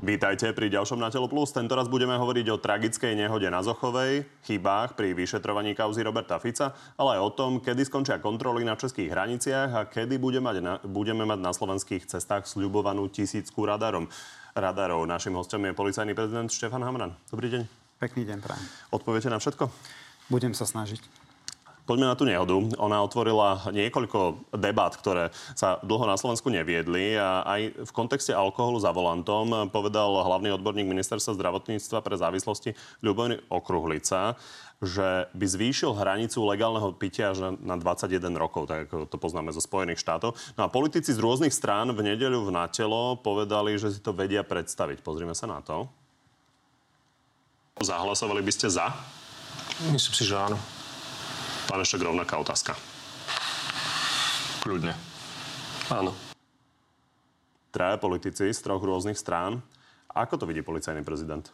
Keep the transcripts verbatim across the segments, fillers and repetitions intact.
Vítajte pri ďalšom Na telo plus. Tentoraz budeme hovoriť o tragickej nehode na Zochovej, chybách pri vyšetrovaní kauzy Roberta Fica, ale aj o tom, kedy skončia kontroly na českých hraniciach a kedy bude mať na, budeme mať na slovenských cestách sľubovanú tisícku radarom. radarov. Našim hostom je policajný prezident Štefan Hamran. Dobrý deň. Pekný deň, prajem. Odpoviete na všetko? Budem sa snažiť. Poďme na tú nehodu. Ona otvorila niekoľko debát, ktoré sa dlho na Slovensku neviedli a aj v kontexte alkoholu za volantom povedal hlavný odborník ministerstva zdravotníctva pre závislosti Ľubomír Okruhlica, že by zvýšil hranicu legálneho pitia až na dvadsaťjeden rokov, tak ako to poznáme zo Spojených štátov. No a politici z rôznych strán v nedeľu v Na telo povedali, že si to vedia predstaviť. Pozrime sa na to. Zahlasovali by ste za? Myslím si, že áno. Pán Eštek, rovnaká otázka. Kľudne. Áno. Traja politici z troch rôznych strán. Ako to vidí policajný prezident?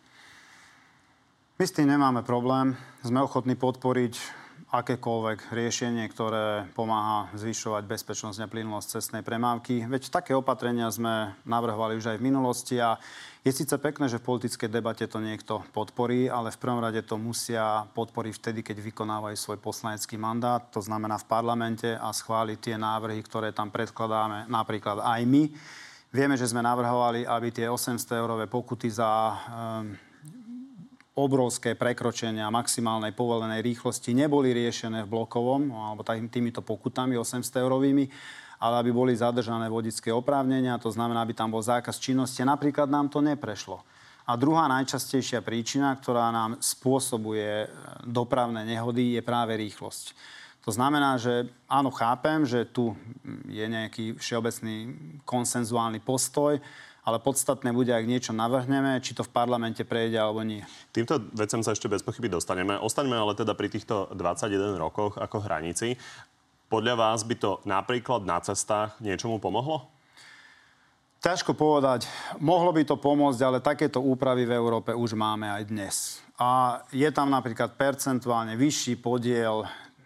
My s tým nemáme problém. Sme ochotní podporiť akékoľvek riešenie, ktoré pomáha zvyšovať bezpečnosť a plynulosť cestnej premávky. Veď také opatrenia sme navrhovali už aj v minulosti a je síce pekné, že v politickej debate to niekto podporí, ale v prvom rade to musia podporiť vtedy, keď vykonávajú svoj poslanecký mandát, to znamená v parlamente, a schváliť tie návrhy, ktoré tam predkladáme, napríklad aj my. Vieme, že sme navrhovali, aby tie osemsto eurové pokuty za um, obrovské prekročenia maximálnej povolenej rýchlosti neboli riešené v blokovom, alebo týmito pokutami osemsto eurovými, ale aby boli zadržané vodičské oprávnenia, to znamená, aby tam bol zákaz činnosti. Napríklad nám to neprešlo. A druhá najčastejšia príčina, ktorá nám spôsobuje dopravné nehody, je práve rýchlosť. To znamená, že áno, chápem, že tu je nejaký všeobecný konsenzuálny postoj, ale podstatné bude, ak niečo navrhneme, či to v parlamente prejde alebo nie. Týmto vecem sa ešte bez pochyby dostaneme. Ostaňme ale teda pri týchto dvadsaťjeden rokoch ako hranici. Podľa vás by to napríklad na cestách niečomu pomohlo? Ťažko povedať. Mohlo by to pomôcť, ale takéto úpravy v Európe už máme aj dnes. A je tam napríklad percentuálne vyšší podiel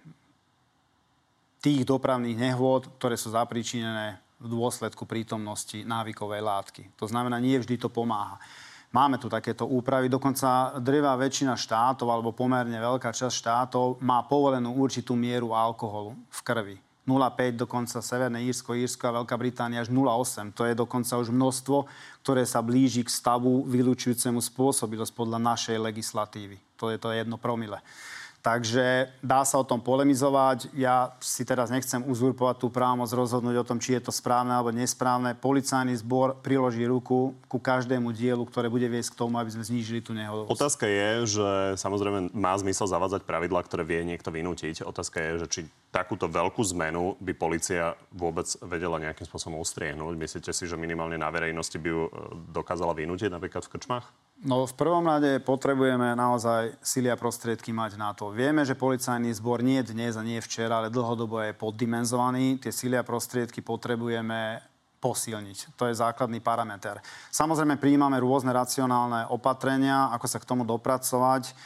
tých dopravných nehôd, ktoré sú zapríčinené v dôsledku prítomnosti návykovej látky. To znamená, nie vždy to pomáha. Máme tu takéto úpravy. Dokonca drvivá väčšina štátov, alebo pomerne veľká časť štátov, má povolenú určitú mieru alkoholu v krvi. nula celá päť, dokonca Severné Írsko, Írsko a Veľká Británia až nula celá osem. To je dokonca už množstvo, ktoré sa blíži k stavu vylučujúcemu spôsobilosť podľa našej legislatívy. To je to jedno promile. Takže dá sa o tom polemizovať. Ja si teraz nechcem uzurpovať tú právomoc rozhodnúť o tom, či je to správne alebo nesprávne. Policajný zbor priloží ruku ku každému dielu, ktoré bude viesť k tomu, aby sme znížili tú nehodovosť. Otázka je, že samozrejme má zmysel zavádzať pravidlá, ktoré vie niekto vynútiť. Otázka je, že či takúto veľkú zmenu by polícia vôbec vedela nejakým spôsobom ustriehnúť. Myslíte si, že minimálne na verejnosti by ju dokázala vynútiť napríklad v krčmách? No, v prvom rade potrebujeme naozaj sily a prostriedky mať na to. Vieme, že policajný zbor nie dnes a nie včera, ale dlhodobo je poddimenzovaný. Tie sily a prostriedky potrebujeme posilniť. To je základný parameter. Samozrejme, prijímame rôzne racionálne opatrenia, ako sa k tomu dopracovať.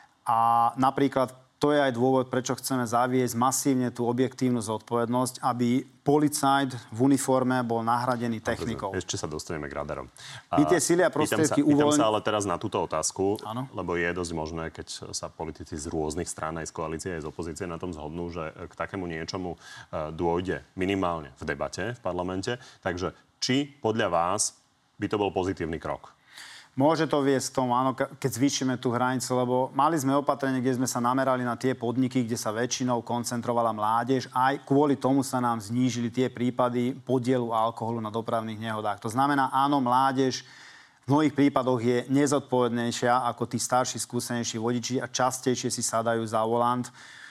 A napríklad to je aj dôvod, prečo chceme zaviesť masívne tú objektívnu zodpovednosť, aby policajt v uniforme bol nahradený technikou. Ešte sa dostaneme k radarom. My tie sily a prostriedky uvoľní... Pýtam sa ale teraz na túto otázku, ano? Lebo je dosť možné, keď sa politici z rôznych strán, aj z koalície, aj z opozície na tom zhodnú, že k takému niečomu dôjde minimálne v debate v parlamente. Takže či podľa vás by to bol pozitívny krok? Môže to viesť k tomu, áno, keď zvýšime tú hranicu, lebo mali sme opatrenie, kde sme sa namerali na tie podniky, kde sa väčšinou koncentrovala mládež. Aj kvôli tomu sa nám znížili tie prípady podielu alkoholu na dopravných nehodách. To znamená, áno, mládež v mnohých prípadoch je nezodpovednejšia ako tí starší, skúsenejší vodiči a častejšie si sadajú za volant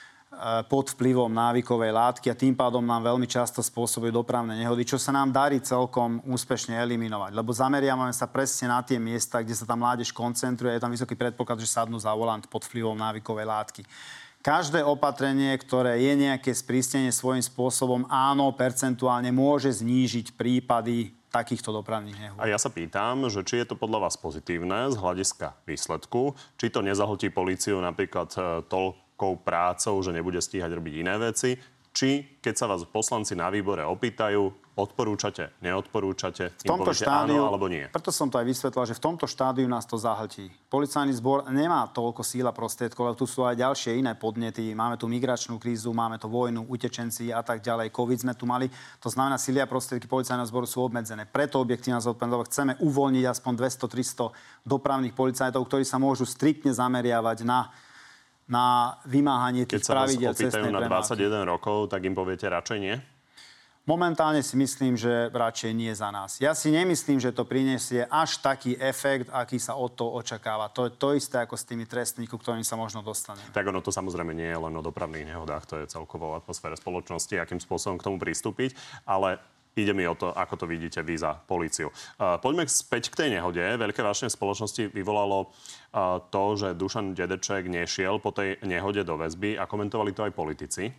pod vplyvom návykovej látky a tým pádom nám veľmi často spôsobujú dopravné nehody, čo sa nám darí celkom úspešne eliminovať. Lebo zameriavame sa presne na tie miesta, kde sa tá mládež koncentruje, je tam vysoký predpoklad, že sadnú za volant pod vplyvom návykovej látky. Každé opatrenie, ktoré je nejaké sprísnenie svojím spôsobom, áno, percentuálne môže znížiť prípady takýchto dopravných nehôd. A ja sa pýtam, že či je to podľa vás pozitívne z hľadiska výsledku, či to nezahltí políciu napríklad toľko prácou, že nebude stíhať robiť iné veci, či keď sa vás poslanci na výbore opýtajú, odporúčate, neodporúčate, v tomto im poviete štádiu, áno alebo nie. Preto som to aj vysvetlil, že v tomto štádiu nás to zahltí. Policajný zbor nemá toľko síla prostriedkov, ale tu sú aj ďalšie iné podnety. Máme tu migračnú krízu, máme tu vojnu, utečenci a tak ďalej. Covid sme tu mali. To znamená, síly a prostriedky policajného zboru sú obmedzené. Preto objektívna zodpovednosť chceme uvoľniť aspoň dvesto tristo dopravných policajtov, ktorí sa môžu striktne zameriavať na na vymáhanie tých pravidiel cestnej premávky. Keď sa vás opýtajú na dvadsaťjeden rokov, tak im poviete radšej nie? Momentálne si myslím, že radšej nie za nás. Ja si nemyslím, že to prinesie až taký efekt, aký sa od toho očakáva. To je to isté ako s tými trestmi, ku ktorým sa možno dostaneme. Tak ono to samozrejme nie je len o dopravných nehodách, to je celkovo atmosféra spoločnosti, akým spôsobom k tomu pristúpiť, ale ide mi o to, ako to vidíte vy za políciu. Uh, poďme späť k tej nehode. Veľké vášne spoločnosti vyvolalo uh, to, že Dušan Dedeček nešiel po tej nehode do väzby a komentovali to aj politici.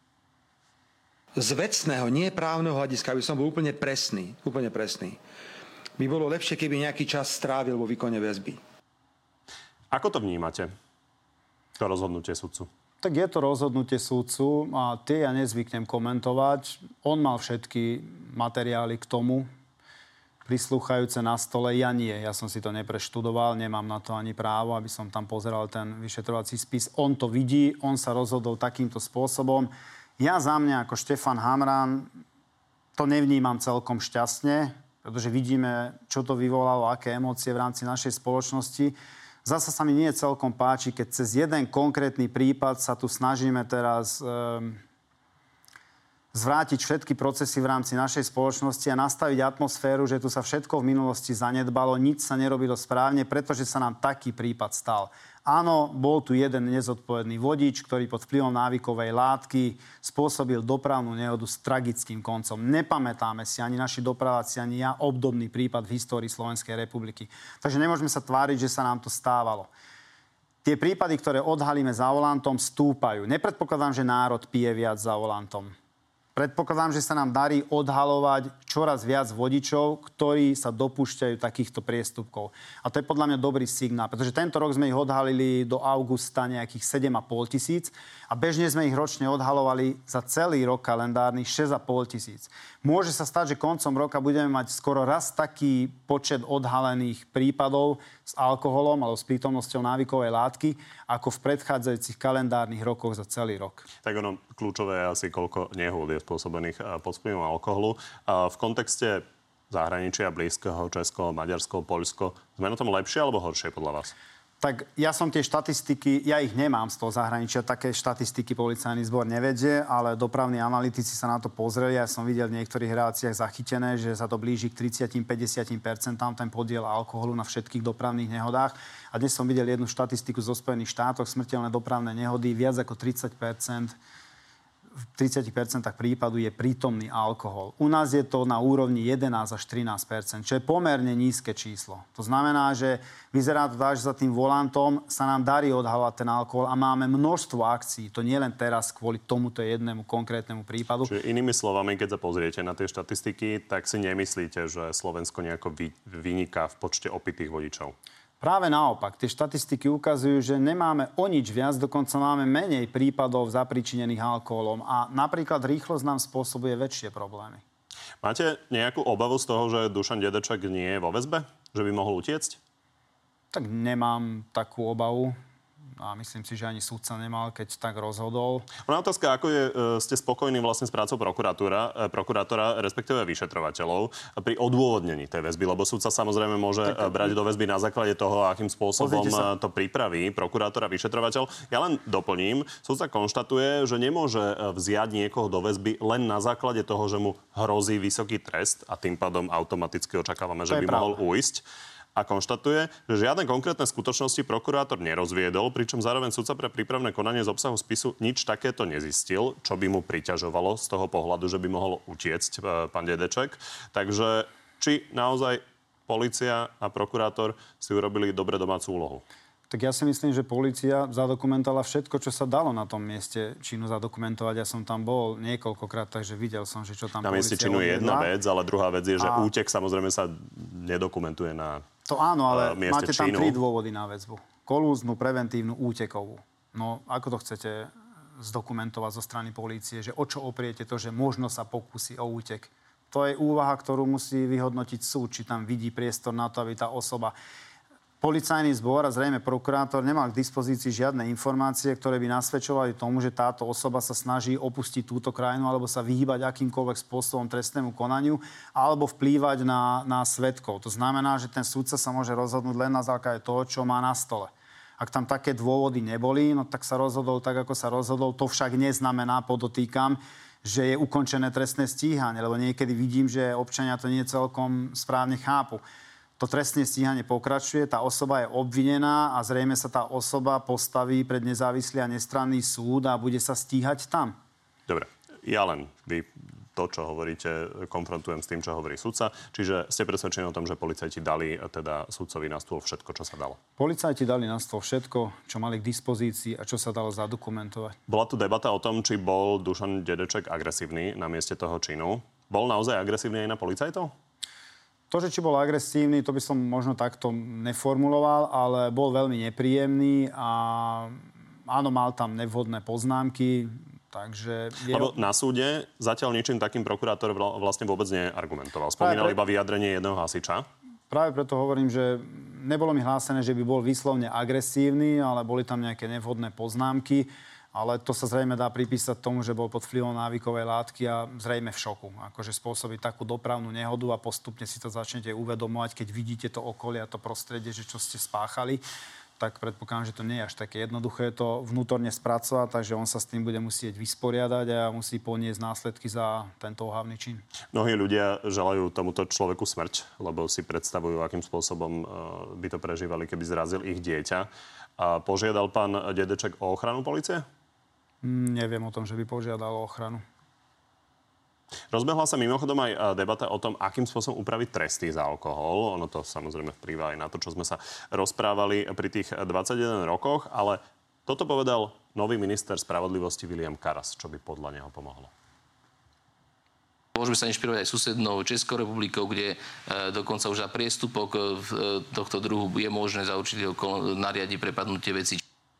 Z vecného, nie právneho hľadiska, aby som bol úplne presný, úplne presný, by bolo lepšie, keby nejaký čas strávil vo výkone väzby. Ako to vnímate, to rozhodnutie sudcu? Tak je to rozhodnutie súdcu a tie ja nezvyknem komentovať. On mal všetky materiály k tomu, prislúchajúce na stole. Ja nie, ja som si to nepreštudoval, nemám na to ani právo, aby som tam pozeral ten vyšetrovací spis. On to vidí, on sa rozhodol takýmto spôsobom. Ja za mňa ako Štefan Hamran to nevnímam celkom šťastne, pretože vidíme, čo to vyvolalo, aké emócie v rámci našej spoločnosti. Zasa sa mi nie celkom páči, keď cez jeden konkrétny prípad sa tu snažíme teraz um, zvrátiť všetky procesy v rámci našej spoločnosti a nastaviť atmosféru, že tu sa všetko v minulosti zanedbalo, nič sa nerobilo správne, pretože sa nám taký prípad stal. Áno, bol tu jeden nezodpovedný vodič, ktorý pod vplyvom návykovej látky spôsobil dopravnú nehodu s tragickým koncom. Nepamätáme si ani naši dopraváci, ani ja obdobný prípad v histórii Slovenskej republiky. Takže nemôžeme sa tváriť, že sa nám to stávalo. Tie prípady, ktoré odhalíme za volantom, stúpajú. Nepredpokladám, že národ pije viac za volantom. Predpokladám, že sa nám darí odhalovať čoraz viac vodičov, ktorí sa dopúšťajú takýchto priestupkov. A to je podľa mňa dobrý signál, pretože tento rok sme ich odhalili do augusta nejakých sedem a pol tisíc a bežne sme ich ročne odhalovali za celý rok kalendárny šesť a pol tisíc. Môže sa stať, že koncom roka budeme mať skoro raz taký počet odhalených prípadov s alkoholom alebo s prítomnosťou návykovej látky, ako v predchádzajúcich kalendárnych rokoch za celý rok. Tak ono, kľúčové je asi, koľko nehôd je spôsobených pod vplyvom alkoholu. V kontexte zahraničia, blízkeho, Česko, Maďarsko, Poľsko, sme na tom lepšie alebo horšie podľa vás? Tak ja som tie štatistiky, ja ich nemám z toho zahraničia, také štatistiky policajný zbor nevedie, ale dopravní analytici sa na to pozreli. Ja som videl v niektorých reláciách zachytené, že sa to blíži k tridsať až päťdesiat percent ten podiel alkoholu na všetkých dopravných nehodách. A dnes som videl jednu štatistiku zo Spojených štátoch, smrteľné dopravné nehody, viac ako tridsať percent v tridsať percent prípadu je prítomný alkohol. U nás je to na úrovni jedenásť až trinásť percent, čo je pomerne nízke číslo. To znamená, že vyzerá to tak, že za tým volantom sa nám darí odhalovať ten alkohol a máme množstvo akcií. To nie len teraz kvôli tomuto jednému konkrétnemu prípadu. Čiže inými slovami, keď sa pozriete na tie štatistiky, tak si nemyslíte, že Slovensko nejako vy, vyniká v počte opitých vodičov? Práve naopak, tie štatistiky ukazujú, že nemáme o nič viac, dokonca máme menej prípadov zapričinených alkoholom a napríklad rýchlosť nám spôsobuje väčšie problémy. Máte nejakú obavu z toho, že Dušan Dedeček nie je vo väzbe? Že by mohol utiecť? Tak nemám takú obavu. A myslím si, že ani súdca nemal, keď tak rozhodol. Ona otázka, ako je, ste spokojní vlastne s prácou prokurátora, prokurátora, respektíve vyšetrovateľov pri odôvodnení tej väzby, lebo súdca samozrejme môže tak, brať do väzby na základe toho, akým spôsobom sa to pripraví prokurátor a vyšetrovateľ. Ja len doplním, súdca konštatuje, že nemôže vziať niekoho do väzby len na základe toho, že mu hrozí vysoký trest a tým pádom automaticky očakávame, že by pravda. mohol uísť. A konštatuje, že žiadne konkrétne skutočnosti prokurátor nerozviedol, pričom zároveň sudca pre prípravné konanie z obsahu spisu nič takéto nezistil, čo by mu priťažovalo z toho pohľadu, že by mohol utiecť pán Dedeček. Takže či naozaj polícia a prokurátor si urobili dobre domácu úlohu? Tak ja si myslím, že polícia zadokumentovala všetko, čo sa dalo na tom mieste činu zadokumentovať. Ja som tam bol niekoľkokrát, takže videl som, že čo tam na polícia mieste činu je jedna vec, ale druhá vec je, že a... útek samozrejme sa nedokumentuje na To áno, ale uh, máte tam činu. tri dôvody na väzbu. Kolúznú, preventívnu, útekovú. No, ako to chcete zdokumentovať zo strany polície, že o čo opriete to, že možno sa pokúsi o útek. To je úvaha, ktorú musí vyhodnotiť súd, či tam vidí priestor na to, aby tá osoba... Policajný zbor a zrejme prokurátor nemal k dispozícii žiadne informácie, ktoré by nasvedčovali tomu, že táto osoba sa snaží opustiť túto krajinu alebo sa vyhýbať akýmkoľvek spôsobom trestnému konaniu alebo vplývať na, na svedkov. To znamená, že ten súdca sa môže rozhodnúť len na základe toho, čo má na stole. Ak tam také dôvody neboli, no tak sa rozhodol tak, ako sa rozhodol. To však neznamená, podotýkam, že je ukončené trestné stíhanie, lebo niekedy vidím, že občania to nie celkom správne chápu. To trestné stíhanie pokračuje, tá osoba je obvinená a zrejme sa tá osoba postaví pred nezávislý a nestranný súd a bude sa stíhať tam. Dobre, ja len vy to, čo hovoríte, konfrontujem s tým, čo hovorí sudca. Čiže ste presvedčení o tom, že policajti dali teda sudcovi na stôl všetko, čo sa dalo? Policajti dali na stôl všetko, čo mali k dispozícii a čo sa dalo zadokumentovať. Bola tu debata o tom, či bol Dušan Dedeček agresívny na mieste toho činu. Bol naozaj agresívny aj na policajtov? To, že či bol agresívny, to by som možno takto neformuloval, ale bol veľmi nepríjemný a áno, mal tam nevhodné poznámky, takže... Lebo na súde zatiaľ ničím takým prokurátor vlastne vôbec neargumentoval. Spomínal pre... iba vyjadrenie jedného hasiča. Práve preto hovorím, že nebolo mi hlásené, že by bol výslovne agresívny, ale boli tam nejaké nevhodné poznámky. Ale to sa zrejme dá pripísať tomu, že bol pod vplyvom návykovej látky a zrejme v šoku. Akože spôsobiť takú dopravnú nehodu a postupne si to začnete uvedomovať, keď vidíte to okolie a to prostredie, že čo ste spáchali, tak predpokladám, že to nie je až také jednoduché to vnútorne spracovať, takže on sa s tým bude musieť vysporiadať a musí poniesť následky za tento ohavný čin. Mnohí ľudia želajú tomuto človeku smrť, lebo si predstavujú, akým spôsobom by to prežívali, keby zrazil ich dieťa. A požiadal pán Dedeček o ochranu polície? Neviem o tom, že by požiadal o ochranu. Rozbehla sa mimochodom aj debata o tom, akým spôsobom upraviť tresty za alkohol. Ono to samozrejme vplýva aj na to, čo sme sa rozprávali pri tých dvadsaťjeden rokoch, ale toto povedal nový minister spravodlivosti Viliam Karas, čo by podľa neho pomohlo. Môžeme sa inšpirovať aj susednou Českou republikou, kde e, dokonca už za priestupok e, tohto druhu je možné za určitý okol nariadiť prepadnutie veci.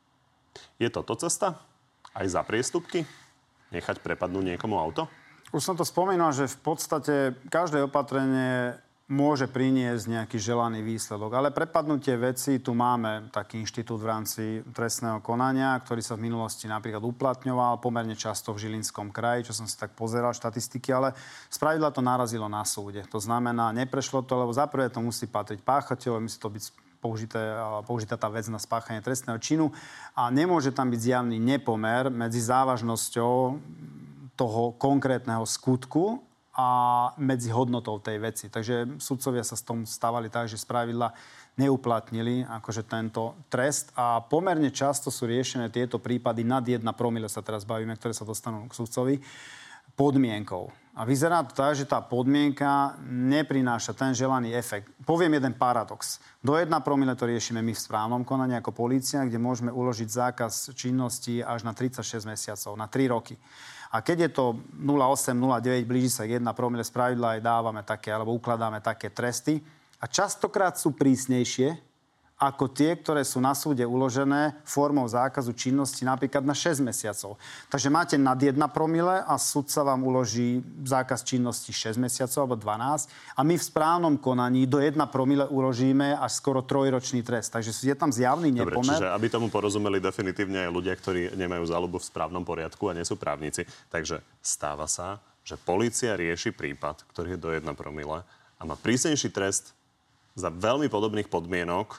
Je toto cesta? Aj za priestupky? Nechať prepadnúť niekomu auto? Už som to spomínal, že v podstate každé opatrenie môže priniesť nejaký želaný výsledok. Ale prepadnutie veci, tu máme taký inštitút v rámci trestného konania, ktorý sa v minulosti napríklad uplatňoval pomerne často v Žilinskom kraji, čo som si tak pozeral štatistiky, ale spravidla to narazilo na súde. To znamená, neprešlo to, lebo za prvé to musí patriť páchateľovi, musí to byť Použité, použitá tá vec na spáchanie trestného činu a nemôže tam byť zjavný nepomer medzi závažnosťou toho konkrétneho skutku a medzi hodnotou tej veci. Takže sudcovia sa s tom stávali tak, že spravidla neuplatnili akože tento trest a pomerne často sú riešené tieto prípady nad jedna promile, sa teraz bavíme, ktoré sa dostanú k sudcovi, podmienkou. A vyzerá to tak, že tá podmienka neprináša ten želaný efekt. Poviem jeden paradox. Do jedna promile to riešime my v správnom konaní ako polícia, kde môžeme uložiť zákaz činnosti až na tridsaťšesť mesiacov, na tri roky. A keď je to nula osem, nula deväť, blíži sa k jedna promile, spravidla aj dávame také, alebo ukladáme také tresty. A častokrát sú prísnejšie ako tie, ktoré sú na súde uložené formou zákazu činnosti napríklad na šesť mesiacov. Takže máte nad jedna promile a sudca vám uloží zákaz činnosti šesť mesiacov alebo dvanásť a my v správnom konaní do jedna promile uložíme až skoro trojročný trest. Takže je tam zjavný nepomer. Dobre, čiže aby tomu porozumeli definitívne aj ľudia, ktorí nemajú záľubu v správnom poriadku a nie sú právnici. Takže stáva sa, že polícia rieši prípad, ktorý je do jedna promile a má prísnejší trest za veľmi podobných podmienok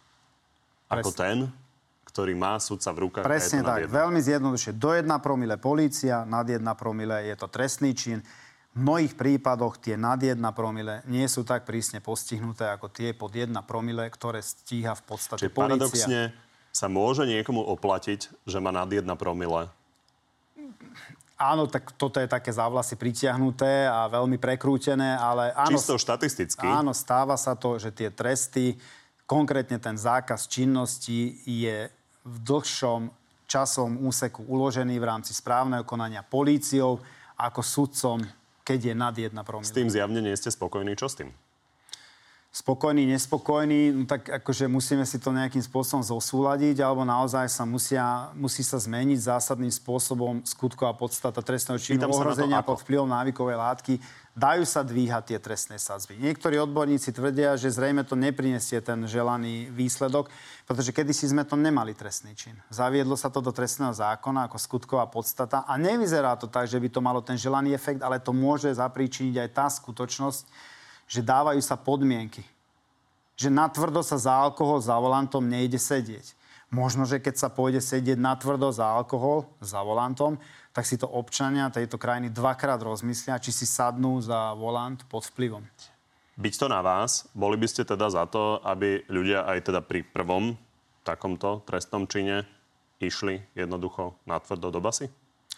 ako ten, ktorý má sudca v rukách. Presne tak, veľmi zjednodušene. Do jedna promile polícia, nad jedna promile je to trestný čin. V mnohých prípadoch tie nad jedna promile nie sú tak prísne postihnuté ako tie pod jedna promile, ktoré stíha v podstate Čiže polícia. paradoxne sa môže niekomu oplatiť, že má nad jedna promile? Áno, tak toto je také závlasy pritiahnuté a veľmi prekrútené, ale áno, čisto štatisticky. Áno, stáva sa to, že tie tresty, konkrétne ten zákaz činnosti je v dlhšom časom úseku uložený v rámci správneho konania políciou ako sudcom, keď je nad jedna promile. S tým zjavne nie ste spokojní. Čo s tým? spokojní, nespokojní, no tak akože musíme si to nejakým spôsobom zosúladiť, alebo naozaj sa musia, musí sa zmeniť zásadným spôsobom skutková podstata trestného činu ohrozenia pod vplyvom návykovej látky. Dajú sa dvíhať tie trestné sadzby. Niektorí odborníci tvrdia, že zrejme to neprinesie ten želaný výsledok, pretože kedysi sme to nemali trestný čin. Zaviedlo sa to do trestného zákona ako skutková podstata a nevyzerá to tak, že by to malo ten želaný efekt, ale to môže zapríčiniť aj tá skutočnosť, že dávajú sa podmienky. Že natvrdo sa za alkohol za volantom nejde sedieť. Možno, že keď sa pôjde sedieť natvrdo za alkohol za volantom, tak si to občania tejto krajiny dvakrát rozmyslia, či si sadnú za volant pod vplyvom. Byť to na vás, boli by ste teda za to, aby ľudia aj teda pri prvom takomto trestnom čine išli jednoducho natvrdo do basy?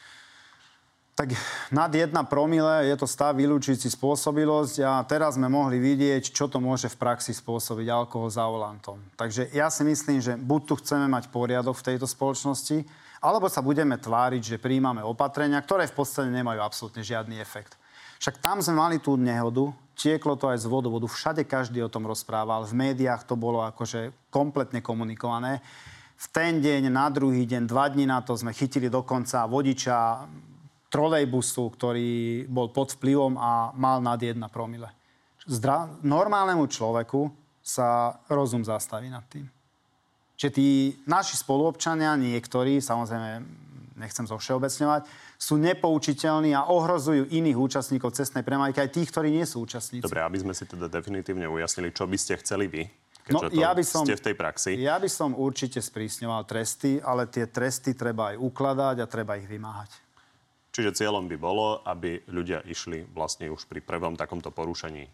Tak nad jedna promile je to stav vylúčujúci spôsobilosť a teraz sme mohli vidieť, čo to môže v praxi spôsobiť alkohol za volantom. Takže ja si myslím, že buď tu chceme mať poriadok v tejto spoločnosti, alebo sa budeme tváriť, že prijímame opatrenia, ktoré v podstate nemajú absolútne žiadny efekt. Však tam sme mali tú nehodu, tieklo to aj z vodovodu, všade každý o tom rozprával, v médiách to bolo akože kompletne komunikované. V ten deň, na druhý deň, dva dní na to sme chytili dokonca vodiča trolejbusu, ktorý bol pod vplyvom a mal nad jedna promile. Zdra- normálnemu človeku sa rozum zastaví nad tým. Že tí naši spoluobčania, niektorí, samozrejme nechcem zovšeobecňovať, sú nepoučiteľní a ohrozujú iných účastníkov cestnej premávky, aj tých, ktorí nie sú účastníci. Dobre, aby sme si teda definitívne ujasnili, čo by ste chceli vy, keďže no, to ja by som, ste v tej praxi. Ja by som určite sprísňoval tresty, ale tie tresty treba aj ukladať a treba ich vymáhať. Čiže cieľom by bolo, aby ľudia išli vlastne už pri prvom takomto porušení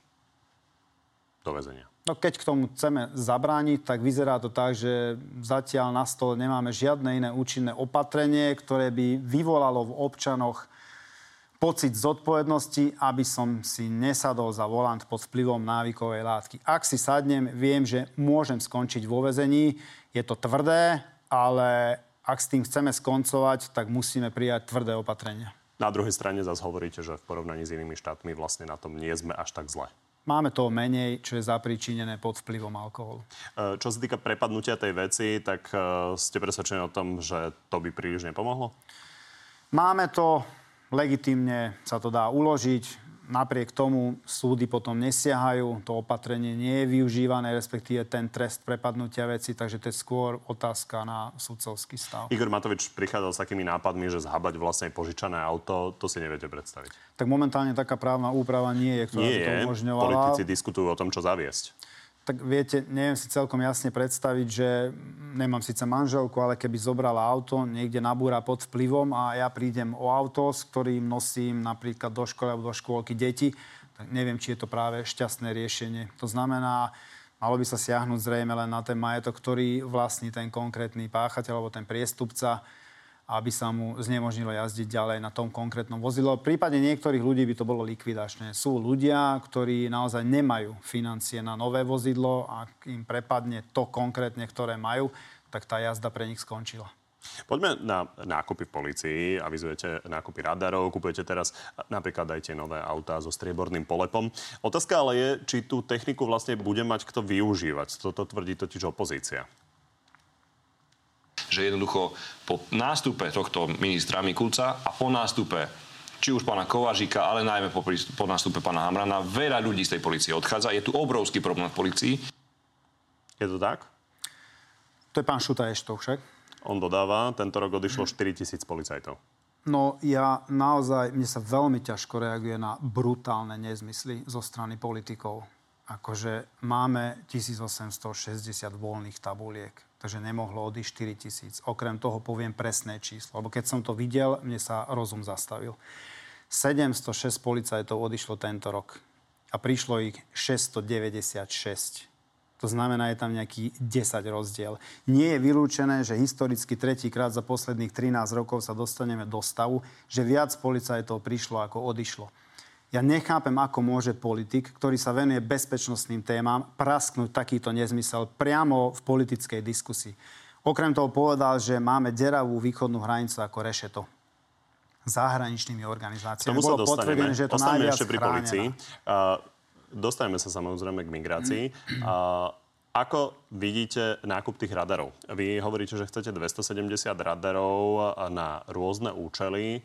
do väzenia. No keď k tomu chceme zabrániť, tak vyzerá to tak, že zatiaľ na stole nemáme žiadne iné účinné opatrenie, ktoré by vyvolalo v občanoch pocit zodpovednosti, aby som si nesadol za volant pod vplyvom návykovej látky. Ak si sadnem, viem, že môžem skončiť vo väzení. Je to tvrdé, ale ak s tým chceme skoncovať, tak musíme prijať tvrdé opatrenia. Na druhej strane zase hovoríte, že v porovnaní s inými štátmi vlastne na tom nie sme až tak zle. Máme toho menej, čo je zapríčinené pod vplyvom alkoholu. Čo sa týka prepadnutia tej veci, tak ste presvedčení o tom, že to by príliš nepomohlo? Máme to, legitímne sa to dá uložiť. Napriek tomu súdy potom nesiahajú, to opatrenie nie je využívané, respektíve ten trest prepadnutia veci, takže to je skôr otázka na sudcovský stav. Igor Matovič prichádzal s takými nápadmi, že zhabať vlastne požičané auto, to si neviete predstaviť. Tak momentálne taká právna úprava nie je, ktorá nie by to umožňovala. Politici diskutujú o tom, čo zaviesť. Tak viete, neviem si celkom jasne predstaviť, že nemám síce manželku, ale keby zobrala auto, niekde nabúra pod vplyvom a ja prídem o auto, s ktorým nosím napríklad do školy alebo do škôlky deti, tak neviem, či je to práve šťastné riešenie. To znamená, malo by sa siahnuť zrejme len na ten majetok, ktorý vlastní ten konkrétny páchateľ alebo ten priestupca, aby sa mu znemožnilo jazdiť ďalej na tom konkrétnom vozidle. V prípade niektorých ľudí by to bolo likvidačné. Sú ľudia, ktorí naozaj nemajú financie na nové vozidlo a ak im prepadne to konkrétne, ktoré majú, tak tá jazda pre nich skončila. Poďme na nákupy v polícii. Avizujete nákupy radarov, kupujete teraz napríklad aj tie nové autá so strieborným polepom. Otázka ale je, či tú techniku vlastne bude mať kto využívať. Toto tvrdí totiž opozícia. Že jednoducho po nástupe tohto ministra Mikulca a po nástupe či už pána Kovažika, ale najmä po, po nástupe pána Hamrana, veľa ľudí z tej polície odchádza. Je tu obrovský problém v polícii. Je to tak? To je pán Šuta Eštov však. On dodáva, tento rok odišlo štyritisíc policajtov. No ja naozaj, mne sa veľmi ťažko reaguje na brutálne nezmysly zo strany politikov. Akože máme tisícosemstošesťdesiat voľných tabuliek, takže nemohlo odísť štyritisíc. Okrem toho poviem presné číslo, lebo keď som to videl, mne sa rozum zastavil. sedemstošesť policajtov odišlo tento rok a prišlo ich šesťstodeväťdesiatšesť. To znamená, je tam nejaký desať rozdiel. Nie je vylúčené, že historicky tretíkrát za posledných trinásť rokov sa dostaneme do stavu, že viac policajtov prišlo ako odišlo. Ja nechápem, ako môže politik, ktorý sa venuje bezpečnostným témam, prasknúť takýto nezmysel priamo v politickej diskusii. Okrem toho povedal, že máme deravú východnú hranicu ako rešeto. Zahraničnými organizáciami. Tomu sa dostaneme. Že je to Ostaneme najviac ešte pri chránená. polícii. Uh, dostaneme sa samozrejme k migrácii. A ako vidíte nákup tých radarov? Vy hovoríte, že chcete dvestosedemdesiat radarov na rôzne účely.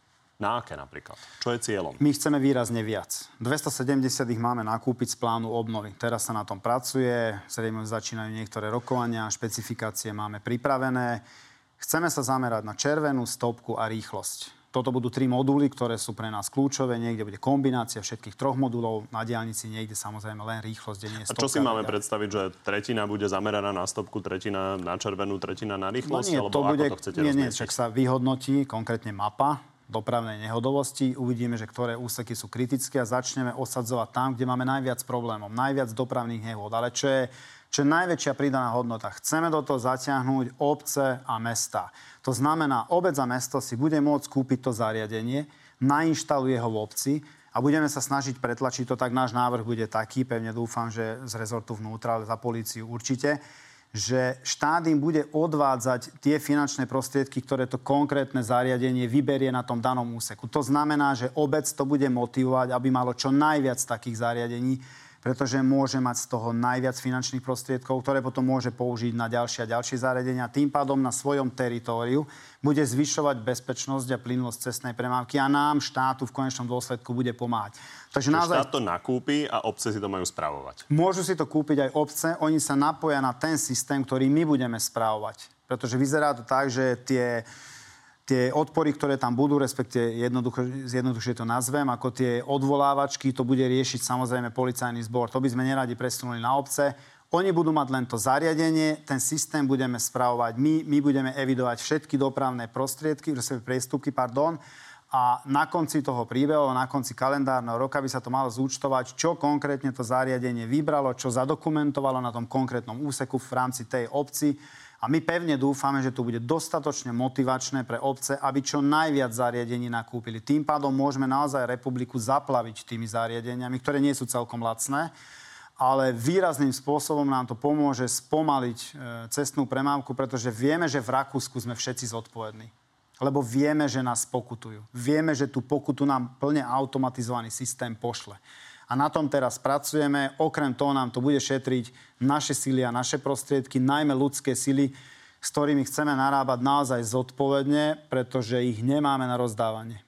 Na aké napríklad? Čo je cieľom? My chceme výrazne viac. dvestosedemdesiat ich máme nakúpiť z plánu obnovy. Teraz sa na tom pracuje, zrejme začínajú niektoré rokovania, špecifikácie máme pripravené. Chceme sa zamerať na červenú, stopku a rýchlosť. Toto budú tri moduly, ktoré sú pre nás kľúčové. Niekde bude kombinácia všetkých troch modulov. Na diaľnici niekde samozrejme len rýchlosť, kde nie je stopka. A čo si máme predstaviť, že tretina bude zameraná na stopku, tretina na červenú, tretina na rýchlosť? No nie, alebo to ako bude, to chcete nie, nie, rozmiestniť? však sa vyhodnotí konkrétne mapa dopravnej nehodovosti. Uvidíme, že ktoré úseky sú kritické a začneme osadzovať tam, kde máme najviac problémov, najviac dopravných nehôd. Ale čo je, čo je najväčšia pridaná hodnota? Chceme do toho zatiahnuť obce a mestá. To znamená, obec a mesto si bude môcť kúpiť to zariadenie, nainštaluje ho v obci a budeme sa snažiť pretlačiť to, tak náš návrh bude taký, pevne dúfam, že z rezortu vnútra, ale za políciu určite, že štát im bude odvádzať tie finančné prostriedky, ktoré to konkrétne zariadenie vyberie na tom danom úseku. To znamená, že obec to bude motivovať, aby malo čo najviac takých zariadení, pretože môže mať z toho najviac finančných prostriedkov, ktoré potom môže použiť na ďalšie a ďalšie zariadenia. Tým pádom na svojom teritóriu bude zvyšovať bezpečnosť a plynulosť cestnej premávky a nám, štátu, v konečnom dôsledku bude pomáhať. Takže naozaj... naozaj... Štát to nakúpi a obce si to majú správovať. Môžu si to kúpiť aj obce. Oni sa napoja na ten systém, ktorý my budeme správovať. Pretože vyzerá to tak, že tie... Tie odpory, ktoré tam budú, respektive jednoduchšie to nazvem, ako tie odvolávačky, to bude riešiť samozrejme policajný zbor. To by sme neradi presunuli na obce. Oni budú mať len to zariadenie, ten systém budeme spravovať my, my budeme evidovať všetky dopravné prostriedky, respektíve priestupky, pardon, a na konci toho príbehu, na konci kalendárneho roka by sa to malo zúčtovať, čo konkrétne to zariadenie vybralo, čo zadokumentovalo na tom konkrétnom úseku v rámci tej obci. A my pevne dúfame, že to bude dostatočne motivačné pre obce, aby čo najviac zariadení nakúpili. Tým pádom môžeme naozaj republiku zaplaviť tými zariadeniami, ktoré nie sú celkom lacné, ale výrazným spôsobom nám to pomôže spomaliť e, cestnú premávku, pretože vieme, že v Rakúsku sme všetci zodpovední. Lebo vieme, že nás pokutujú. Vieme, že tú pokutu nám plne automatizovaný systém pošle. A na tom teraz pracujeme. Okrem toho nám to bude šetriť naše sily a naše prostriedky, najmä ľudské sily, s ktorými chceme narábať naozaj zodpovedne, pretože ich nemáme na rozdávanie.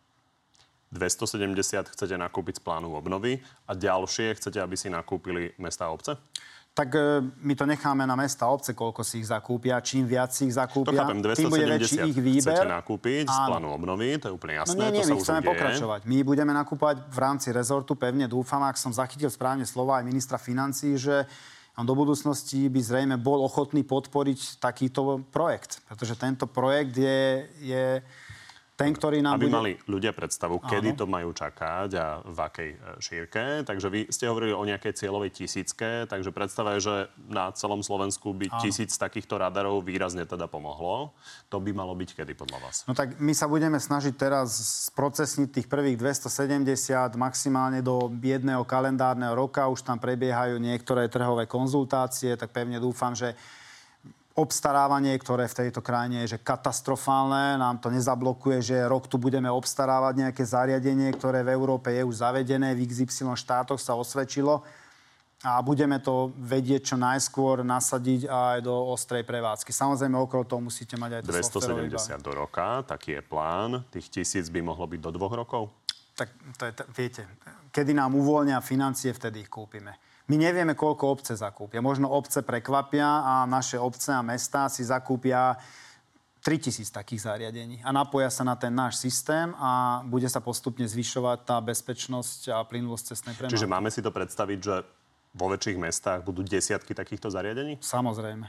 dvestosedemdesiat chcete nakúpiť z plánu obnovy a ďalšie chcete, aby si nakúpili mestá a obce? Tak e, my to necháme na mesta a obce, koľko si ich zakúpia. Čím viac si ich zakúpia, to chápem, tým bude väčší ich výber. Chcete nakúpiť z plánu obnovy, to je úplne jasné. No nie, nie, to my sa chceme už udeje. pokračovať. My budeme nakúpať v rámci rezortu, pevne dúfam, ak som zachytil správne slova aj ministra financií, že on do budúcnosti by zrejme bol ochotný podporiť takýto projekt. Pretože tento projekt je... je ten, ktorý nám Aby bude... mali ľudia predstavu, Áno. kedy to majú čakať a v akej šírke. Takže vy ste hovorili o nejakej cieľovej tisícke, takže predstava je, že na celom Slovensku by Áno. tisíc takýchto radarov výrazne teda pomohlo. To by malo byť kedy podľa vás? No tak my sa budeme snažiť teraz sprocesniť tých prvých dvestosedemdesiat maximálne do jedného kalendárneho roka. Už tam prebiehajú niektoré trhové konzultácie, tak pevne dúfam, že obstarávanie, ktoré v tejto krajine je že katastrofálne, nám to nezablokuje, že rok tu budeme obstarávať nejaké zariadenie, ktoré v Európe je už zavedené, v iks ypsilon štátoch sa osvedčilo a budeme to vedieť čo najskôr nasadiť aj do ostrej prevádzky. Samozrejme, okolo toho musíte mať aj to dvestosedemdesiat do roka, taký je plán. Tých tisíc by mohlo byť do dvoch rokov? Tak to je, viete, kedy nám uvoľnia financie, vtedy ich kúpime. My nevieme, koľko obce zakúpia. Možno obce prekvapia a naše obce a mestá si zakúpia tritisíc takých zariadení a napoja sa na ten náš systém a bude sa postupne zvyšovať tá bezpečnosť a plynulosť cestnej premávky. Čiže máme si to predstaviť, že vo väčších mestách budú desiatky takýchto zariadení? Samozrejme.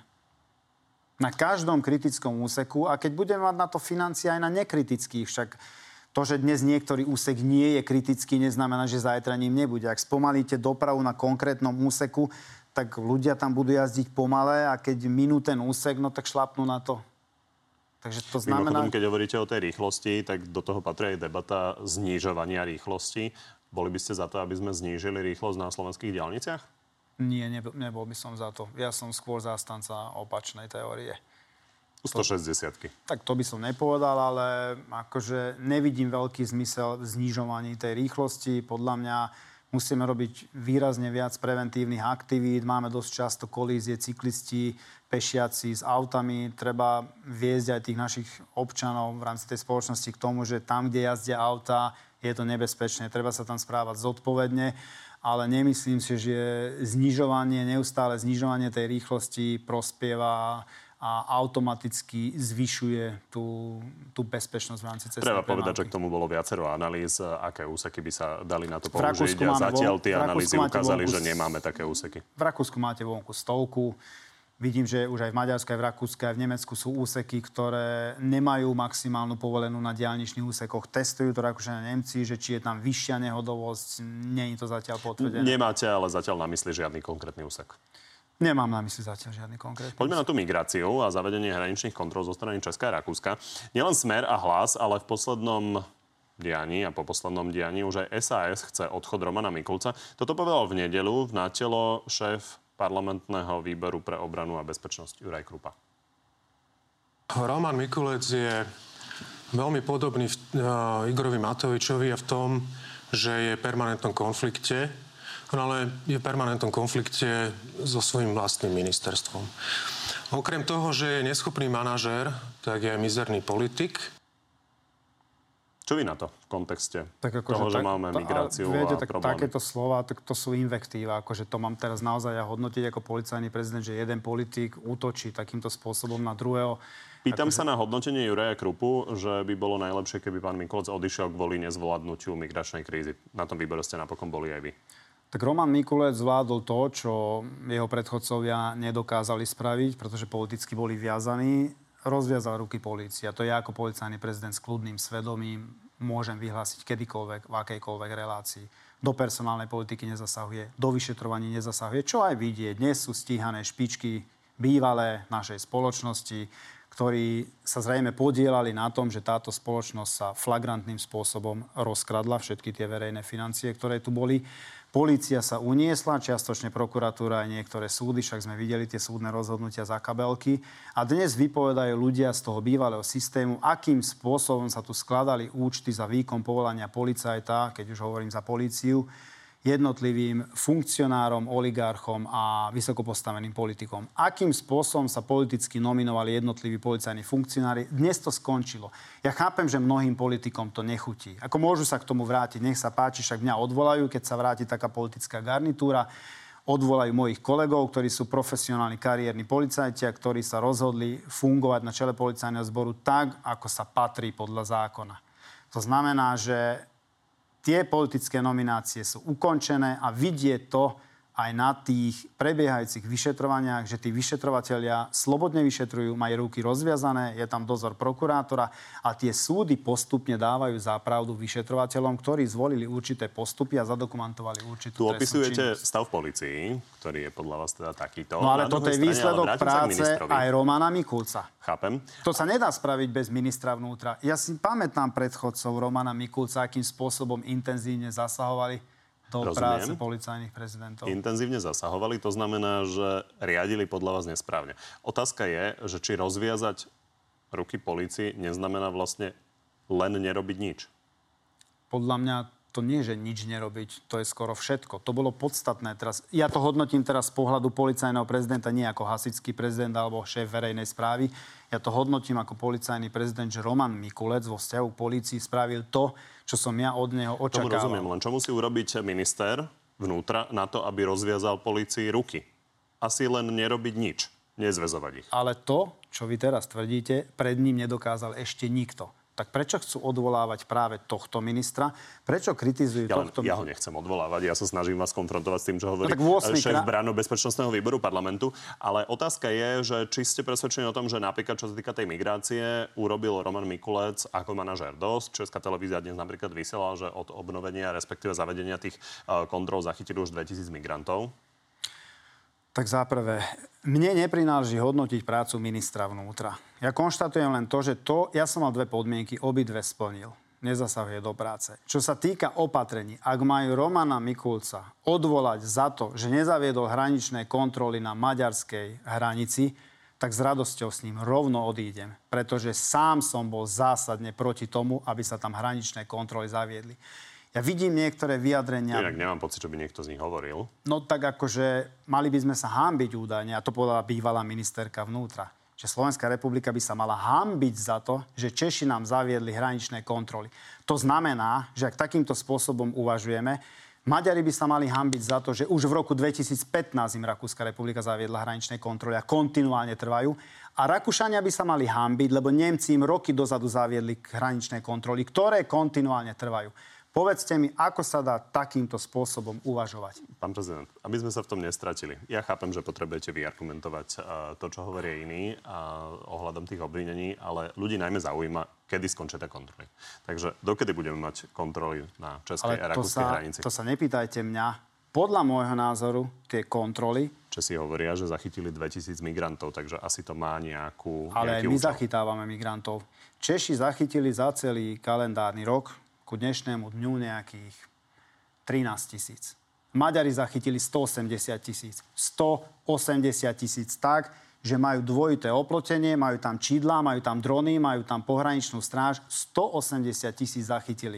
Na každom kritickom úseku a keď budeme mať na to financie aj na nekritických, však to, že dnes niektorý úsek nie je kritický, neznamená, že zajtra ním nebude. Ak spomalíte dopravu na konkrétnom úseku, tak ľudia tam budú jazdiť pomale a keď minú ten úsek, no tak šlapnú na to. Takže to znamená... Mimochodom, keď hovoríte o tej rýchlosti, tak do toho patrí aj debata znižovania rýchlosti. Boli by ste za to, aby sme znížili rýchlosť na slovenských diaľniciach? Nie, nebol, nebol by som za to. Ja som skôr zástanca opačnej teórie. stošesťdesiatky. Tak to by som nepovedal, ale akože nevidím veľký zmysel v znižovaní tej rýchlosti. Podľa mňa Musíme robiť výrazne viac preventívnych aktivít. Máme dosť často kolízie, cyklisti, pešiaci s autami. Treba viesť aj tých našich občanov v rámci tej spoločnosti k tomu, že tam, kde jazdia auta, je to nebezpečné. Treba sa tam správať zodpovedne. Ale nemyslím si, že znižovanie, neustále znižovanie tej rýchlosti prospieva a automaticky zvyšuje tú, tú bezpečnosť v rámci cestnej Treba premávky. povedať, že k tomu bolo viacero analýz, aké úseky by sa dali na to použiť. A zatiaľ tie analýzy ukázali, že nemáme také úseky. V Rakúsku máte vonku stovku. Vidím, že už aj v Maďarsku, aj v Rakúsku, aj v Nemecku sú úseky, ktoré nemajú maximálnu povolenú na diaľničných úsekoch. Testujú to Rakúšania, Nemci, že či je tam vyššia nehodovosť. Nie je to zatiaľ potvrdené. Nemáte ale zatiaľ na mysli žiadny konkrétny úsek. Nemám na mysli zatiaľ žiadny konkrétny. Poďme na tú migráciu a zavedenie hraničných kontrol zo strany Česka a Rakúska. Nielen Smer a Hlas, ale v poslednom dianí a po poslednom dianí už aj es a es chce odchod Romana Mikulca. Toto povedal v nedeľu v Natelo šéf parlamentného výboru pre obranu a bezpečnosť Juraj Krupa. Roman Mikulec je veľmi podobný uh, Igorovi Matovičovi a v tom, že je v permanentnom konflikte, ale je v permanentnom konflikte so svojím vlastným ministerstvom. Okrem toho, že je neschopný manažér, tak je aj mizerný politik. Čo vy na to v kontexte tak ako, toho, že, že máme tak, migráciu viete, a tak, problémy? takéto slova, tak to sú invektíva. Akože to mám teraz naozaj ja hodnotiť ako policajný prezident, že jeden politik útočí takýmto spôsobom na druhého. Pýtam akože... sa na hodnotenie Juraja Krupu, že by bolo najlepšie, keby pán Mikulec odišiel kvôli nezvládnutiu migračnej krízy. Na tom výbore ste napokon boli aj vy. Tak Roman Mikulec zvládol to, čo jeho predchodcovia nedokázali spraviť, pretože politicky boli viazaní. Rozviazal ruky polície. A to ja ako policajný prezident s kľudným svedomím môžem vyhlásiť kedykoľvek, v akejkoľvek relácii. Do personálnej politiky nezasahuje, do vyšetrovaní nezasahuje. Čo aj vidieť, dnes sú stíhané špičky bývalé našej spoločnosti, ktorí sa zrejme podielali na tom, že táto spoločnosť sa flagrantným spôsobom rozkradla, všetky tie verejné financie, ktoré tu boli. Polícia sa uniesla, čiastočne prokuratúra aj niektoré súdy, však sme videli tie súdne rozhodnutia za kabelky. A dnes vypovedajú ľudia z toho bývalého systému, akým spôsobom sa tu skladali účty za výkon povolania policajta, keď už hovorím za políciu, jednotlivým funkcionárom, oligarchom a vysokopostaveným politikom. Akým spôsobom sa politicky nominovali jednotliví policajní funkcionári. Dnes to skončilo. Ja chápem, že mnohým politikom to nechutí. Ako môžu sa k tomu vrátiť, nech sa páči, však mňa odvolajú, keď sa vráti taká politická garnitúra. Odvolajú mojich kolegov, ktorí sú profesionálni kariérni policajti a ktorí sa rozhodli fungovať na čele policajného zboru tak, ako sa patrí podľa zákona. To znamená, že tie politické nominácie sú ukončené a vidieť to aj na tých prebiehajúcich vyšetrovaniach, že tí vyšetrovatelia slobodne vyšetrujú, majú ruky rozviazané, je tam dozor prokurátora a tie súdy postupne dávajú zápravdu vyšetrovateľom, ktorí zvolili určité postupy a zadokumentovali určitú Tu trestnú opisujete činnosť. stav v polícii, ktorý je podľa vás teda takýto. No ale Na toto druhej je strane, výsledok ale vrátim sa k práce ministrovi. aj Romana Mikulca. Chápem. To sa nedá spraviť bez ministra vnútra. Ja si pamätám predchodcov Romana Mikulca, akým spôsobom intenzívne zasahovali do Rozumiem. práce policajných prezidentov. Intenzívne zasahovali, to znamená, že riadili podľa vás nesprávne. Otázka je, že či rozviazať ruky polícii neznamená vlastne len nerobiť nič. Podľa mňa to nie, že nič nerobiť, to je skoro všetko. To bolo podstatné teraz. Ja to hodnotím teraz z pohľadu policajného prezidenta, nie ako hasičský prezident alebo šéf verejnej správy. Ja to hodnotím ako policajný prezident, že Roman Mikulec vo vzťahu k polícii spravil to, čo som ja od neho očakával. Tomu rozumiem, len čo musí urobiť minister vnútra na to, aby rozviazal polícii ruky? Asi len nerobiť nič, nezväzovať ich. Ale to, čo vy teraz tvrdíte, pred ním nedokázal ešte nikto. Tak prečo chcú odvolávať práve tohto ministra? Prečo kritizujú Ja, len, tohto ja ho nechcem odvolávať, ja sa snažím vás konfrontovať s tým, čo hovorí No, tak šéf krát... Brano bezpečnostného výboru parlamentu. Ale otázka je, že či ste presvedčení o tom, že napríklad čo sa týka tej migrácie, urobil Roman Mikulec ako manažér dosť. Česká televízia dnes napríklad vysiela, že od obnovenia, respektíve zavedenia tých uh, kontrol zachytili už dvetisíc migrantov. Tak záprvé, mne neprináleží hodnotiť prácu ministra vnútra. Ja konštatujem len to, že to, ja som mal dve podmienky, obidve splnil. Nezasahuje do práce. Čo sa týka opatrení, ak majú Romana Mikulca odvolať za to, že nezaviedol hraničné kontroly na maďarskej hranici, tak s radosťou s ním rovno odídem. Pretože sám som bol zásadne proti tomu, aby sa tam hraničné kontroly zaviedli. Ja vidím niektoré vyjadrenia... Inak nemám pocit, že by niekto z nich hovoril. No tak akože mali by sme sa hanbiť údajne, a to povedala bývalá ministerka vnútra, že Slovenská republika by sa mala hanbiť za to, že Češi nám zaviedli hraničné kontroly. To znamená, že ak takýmto spôsobom uvažujeme, Maďari by sa mali hanbiť za to, že už v roku dvetisícpätnásť im Rakúska republika zaviedla hraničné kontroly a kontinuálne trvajú. A Rakúšania by sa mali hanbiť, lebo Nemci im roky dozadu zaviedli hraničné kontroly, ktoré kontinuálne trvajú. Povedzte mi, ako sa dá takýmto spôsobom uvažovať? Pán prezident, aby sme sa v tom nestratili. Ja chápem, že potrebujete vyargumentovať uh, to, čo hovoria iní uh, ohľadom tých obvinení, ale ľudí najmä zaujíma, kedy skončia tie kontroly. Takže dokedy budeme mať kontroly na českej a rakúskej hranici? To sa nepýtajte mňa. Podľa môjho názoru tie kontroly... Česi hovoria, že zachytili dvetisíc migrantov, takže asi to má nejakú... Ale nejaký my účel. Zachytávame migrantov. Češi zachytili za celý kalendárny rok ku dnešnému dňu nejakých trinásť tisíc. Maďari zachytili stoosemdesiat tisíc. stoosemdesiat tisíc tak, že majú dvojité oplotenie, majú tam čídla, majú tam drony, majú tam pohraničnú stráž. stoosemdesiat tisíc zachytili.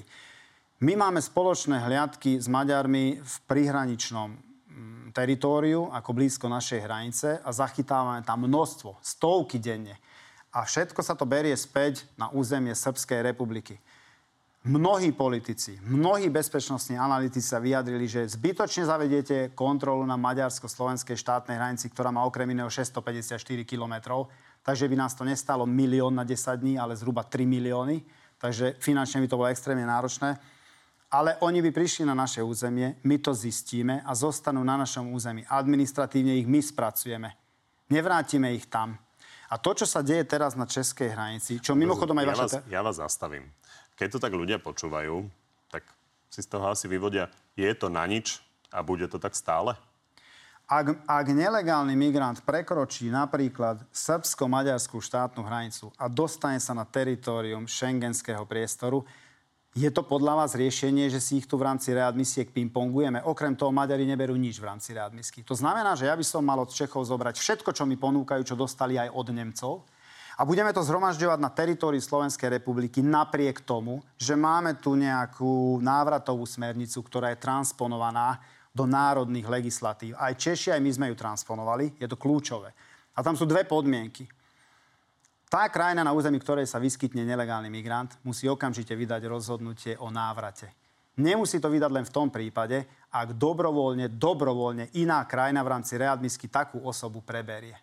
My máme spoločné hliadky s Maďarmi v prihraničnom teritóriu, ako blízko našej hranice, a zachytávame tam množstvo, stovky denne. A všetko sa to berie späť na územie Srbskej republiky. Mnohí politici, mnohí bezpečnostní analytici sa vyjadrili, že zbytočne zavediete kontrolu na maďarsko-slovenskej štátnej hranici, ktorá má okrem iného šesťstopäťdesiatštyri kilometrov, takže by nás to nestalo milión na desať dní, ale zhruba tri milióny. Takže finančne by to bolo extrémne náročné. Ale oni by prišli na naše územie, my to zistíme a zostanú na našom území. Administratívne ich my spracujeme. Nevrátime ich tam. A to, čo sa deje teraz na českej hranici, čo mimochodom aj ja vaša... Vás, ja vás zastavím. Keď to tak ľudia počúvajú, tak si z toho asi vyvodia, je to na nič a bude to tak stále? Ak, ak nelegálny migrant prekročí napríklad srbsko-maďarskú štátnu hranicu a dostane sa na teritorium šengenského priestoru, je to podľa vás riešenie, že si ich tu v rámci readmisiek pingpongujeme? Okrem toho, Maďari neberú nič v rámci readmisky. To znamená, že ja by som mal od Čechov zobrať všetko, čo mi ponúkajú, čo dostali aj od Nemcov, a budeme to zhromažďovať na teritórii Slovenskej republiky napriek tomu, že máme tu nejakú návratovú smernicu, ktorá je transponovaná do národných legislatív. Aj Češi, aj my sme ju transponovali. Je to kľúčové. A tam sú dve podmienky. Tá krajina, na území ktorej sa vyskytne nelegálny migrant, musí okamžite vydať rozhodnutie o návrate. Nemusí to vydať len v tom prípade, ak dobrovoľne, dobrovoľne iná krajina v rámci readmisky takú osobu preberie.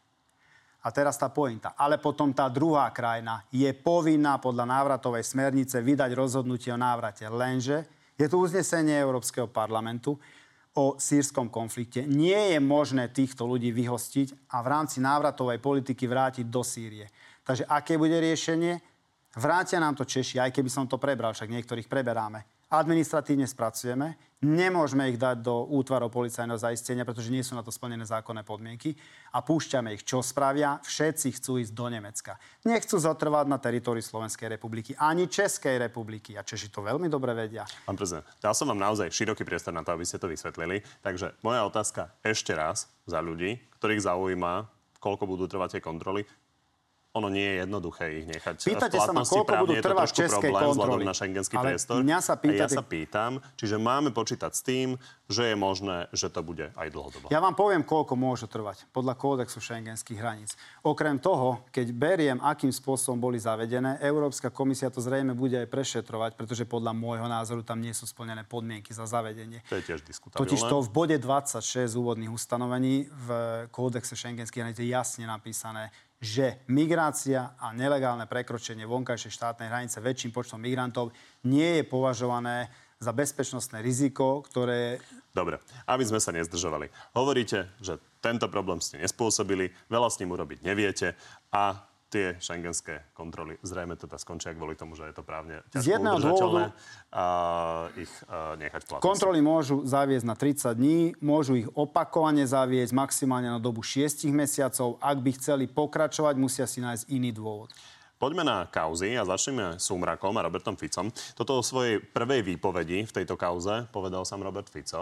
A teraz tá pointa. Ale potom tá druhá krajina je povinná podľa návratovej smernice vydať rozhodnutie o návrate. Lenže je tu uznesenie Európskeho parlamentu o sírskom konflikte. Nie je možné týchto ľudí vyhostiť a v rámci návratovej politiky vrátiť do Sýrie. Takže aké bude riešenie? Vrátia nám to Češi, aj keby som to prebral, však niektorých preberáme. Administratívne spracujeme, nemôžeme ich dať do útvarov policajného zaistenia, pretože nie sú na to splnené zákonné podmienky a púšťame ich. Čo spravia? Všetci chcú ísť do Nemecka. Nechcú zotrvať na teritóriu Slovenskej republiky, ani Českej republiky. A Češi to veľmi dobre vedia. Pán prezident, dal som vám naozaj široký priestor na to, aby ste to vysvetlili. Takže moja otázka ešte raz za ľudí, ktorých zaujíma, koľko budú trvať tie kontroly. Ono nie je jednoduché ich nechať pýtate v platnosti. Sa ma, právne budú je to trošku českej problém kontroly. vzhľadom na šengenský Ale priestor. mňa sa pýtate... A ja sa pýtam, čiže máme počítať s tým, že je možné, že to bude aj dlhodobo. Ja vám poviem, koľko môže trvať podľa kódexu šengenských hraníc. Okrem toho, keď beriem, akým spôsobom boli zavedené, Európska komisia to zrejme bude aj prešetrovať, pretože podľa môjho názoru tam nie sú splnené podmienky za zavedenie. To je tiež diskutabilné. Totiž to v bode dvadsaťšesť úvodných ustanovení v kódexe šengenských hraníc je jasne napísané, že migrácia a nelegálne prekročenie vonkajšej štátnej hranice väčším počtom migrantov nie je považované za bezpečnostné riziko, ktoré... Dobre, aby sme sa nezdržovali. Hovoríte, že tento problém ste nespôsobili, veľa s ním urobiť neviete a tie šengenské kontroly zrejme teda skončia kvôli tomu, že je to právne ťažko udržateľné a ich a nechať v platnosti. Kontroly môžu zaviesť na tridsať dní, môžu ich opakovane zaviesť maximálne na dobu šiestich mesiacov. Ak by chceli pokračovať, musia si nájsť iný dôvod. Poďme na kauzy a začneme s Sumrakom a Robertom Ficom. Toto o svojej prvej výpovedi v tejto kauze povedal sám Robert Fico.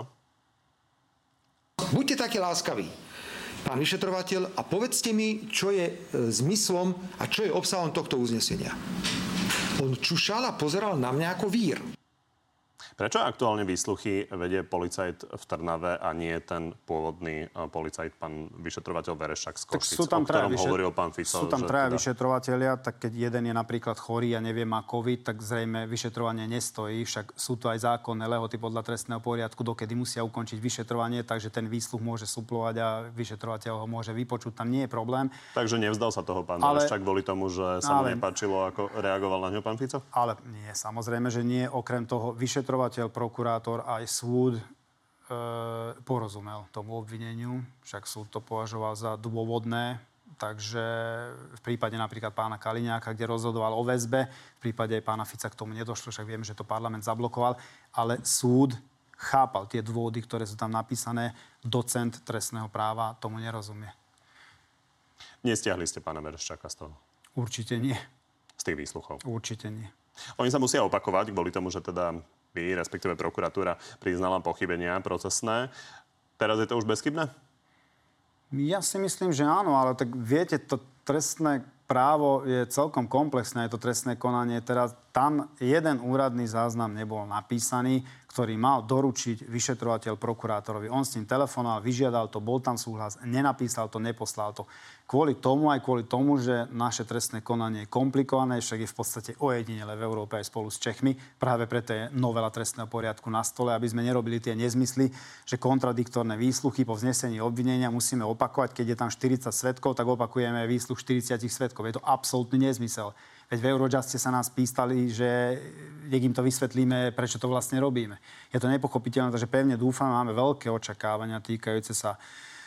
Buďte takí láskaví, pán vyšetrovateľ, a povedzte mi, čo je e, zmyslom a čo je obsahom tohto uznesenia. On čušal a pozeral na mňa ako vír. Prečo aktuálne výsluchy vedie policajt v Trnave a nie ten pôvodný policajt, pán vyšetrovateľ Vereščák z Košíc, o ktorom vyšet... hovoril pán Fico? Sú tam traja teda... vyšetrovatelia, tak keď jeden je napríklad chorý a nevie, má COVID, tak zrejme vyšetrovanie nestojí. Však sú to aj zákonné lehoty podľa trestného poriadku, dokedy musia ukončiť vyšetrovanie, takže ten výsluh môže suplovať a vyšetrovateľ ho môže vypočuť. Tam nie je problém. Takže nevzdal sa toho pán ale... Vereščák kvôli tomu, že sa ale... mu nepáčilo, ako reagoval na ňo pán Fico? Ale nie, samozrejme, že nie. Okrem toho vyšetrovateľ, prokurátor aj súd e, porozumel tomu obvineniu. Však súd to považoval za dôvodné. Takže v prípade napríklad pána Kaliňáka, kde rozhodoval o väzbe, v prípade aj pána Fica k tomu nedošlo, však vieme, že to parlament zablokoval, ale súd chápal tie dôvody, ktoré sú tam napísané. Docent trestného práva tomu nerozumie. Nestiahli ste pána Vereščáka z toho? Určite nie. Z tých výsluchov? Určite nie. Oni sa musia opakovať kvôli tomu, že teda vy, respektíve prokuratúra, priznala pochybenia procesné. Teraz je to už bezchybné? Ja si myslím, že áno, ale tak viete, to trestné právo je celkom komplexné, je to trestné konanie. Teraz tam jeden úradný záznam nebol napísaný, ktorý mal doručiť vyšetrovateľ prokurátorovi. On s ním telefonoval, vyžiadal to, bol tam súhlas, nenapísal to, neposlal to. Kvôli tomu, aj kvôli tomu, že naše trestné konanie je komplikované, však je v podstate ojedinele v Európe aj spolu s Čechmi. Práve preto je novela trestného poriadku na stole, aby sme nerobili tie nezmysly, že kontradiktorné výsluchy po vznesení obvinenia musíme opakovať. Keď je tam štyridsať svedkov, tak opakujeme výsluch štyridsať svedkov. Je to absolútny nezmysel. Veď v Eurojuste sa nás pýtali, že nech im to vysvetlíme, prečo to vlastne robíme. Je to nepochopiteľné, takže pevne dúfam, máme veľké očakávania týkajúce sa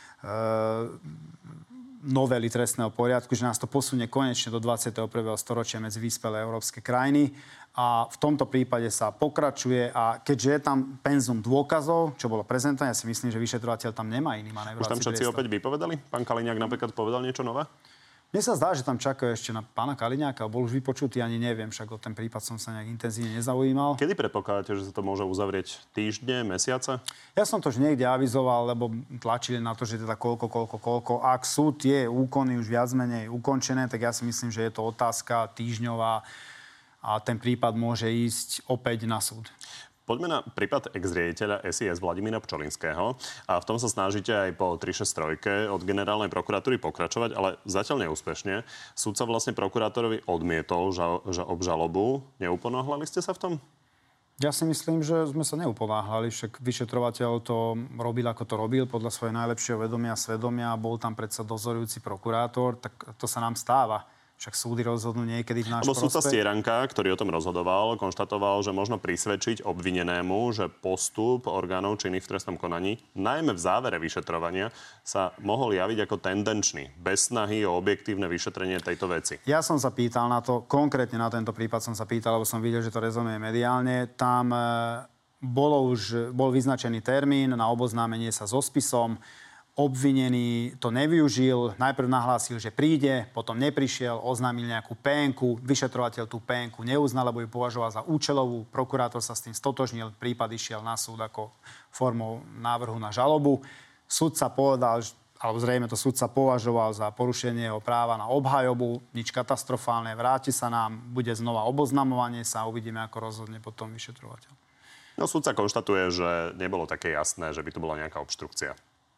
e, novely trestného poriadku, že nás to posunie konečne do dvadsiateho prvého storočia medzi vyspelé európske krajiny. A v tomto prípade sa pokračuje a keďže je tam penzum dôkazov, čo bolo prezentované, ja si myslím, že vyšetrovateľ tam nemá iný manévrovací priestor. Už tam všetci opäť vypovedali? Pán Kaliňák napríklad povedal niečo nové? Mne sa zdá, že tam čakajú ešte na pána Kaliňáka. Bol už vypočutý, ani neviem, však o ten prípad som sa nejak intenzívne nezaujímal. Kedy predpokladáte, že sa to môže uzavrieť? Týždne, mesiace? Ja som to už niekde avizoval, lebo tlačili na to, že teda koľko, koľko, koľko. Ak sú tie úkony už viac menej ukončené, tak ja si myslím, že je to otázka týždňová a ten prípad môže ísť opäť na súd. Poďme na prípad ex-riaditeľa es í es Vladimíra Pčolinského. A v tom sa snažíte aj po tri šesť tri od generálnej prokuratúry pokračovať, ale zatiaľ neúspešne. Súdca vlastne prokurátorovi odmietol ža- ža- obžalobu. Neuponáhľali ste sa v tom? Ja si myslím, že sme sa neuponáhľali. Však vyšetrovateľ to robil, ako to robil, podľa svojej najlepšieho vedomia a svedomia. Bol tam predsa dozorujúci prokurátor, tak to sa nám stáva. Však súdy rozhodnú niekedy v náš prospech. Lebo súdca Stieranka, ktorý o tom rozhodoval, konštatoval, že možno prisvedčiť obvinenému, že postup orgánov činných v trestnom konaní, najmä v závere vyšetrovania, sa mohol javiť ako tendenčný, bez snahy o objektívne vyšetrenie tejto veci. Ja som sa pýtal na to, konkrétne na tento prípad som sa pýtal, lebo som videl, že to rezonuje mediálne. Tam e, bolo už, bol vyznačený termín na oboznámenie sa so spisom. Obvinený to nevyužil, najprv nahlásil, že príde, potom neprišiel, oznámil nejakú pénku, vyšetrovateľ tú pénku neuznal, lebo ju považoval za účelovú, prokurátor sa s tým stotožnil, prípad išiel na súd ako formou návrhu na žalobu. Sudca povedal, alebo zrejme to sudca považoval za porušenie jeho práva na obhajobu, nič katastrofálne, vráti sa nám, bude znova oboznamovanie sa, uvidíme, ako rozhodne potom vyšetrovateľ. No sudca konštatuje, že nebolo také jasné, že by to bola nejaká obštrukcia.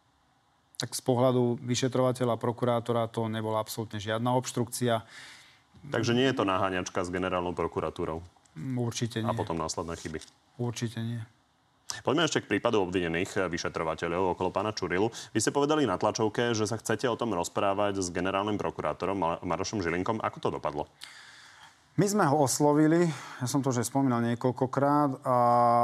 Tak z pohľadu vyšetrovateľa, prokurátora to nebola absolútne žiadna obštrukcia. Takže nie je to naháňačka s generálnou prokuratúrou? Určite nie. A potom následné chyby? Určite nie. Poďme ešte k prípadu obvinených vyšetrovateľov okolo pána Čurilu. Vy ste povedali na tlačovke, že sa chcete o tom rozprávať s generálnym prokurátorom Marošom Žilinkom. Ako to dopadlo? My sme ho oslovili, ja som to už spomínal niekoľkokrát a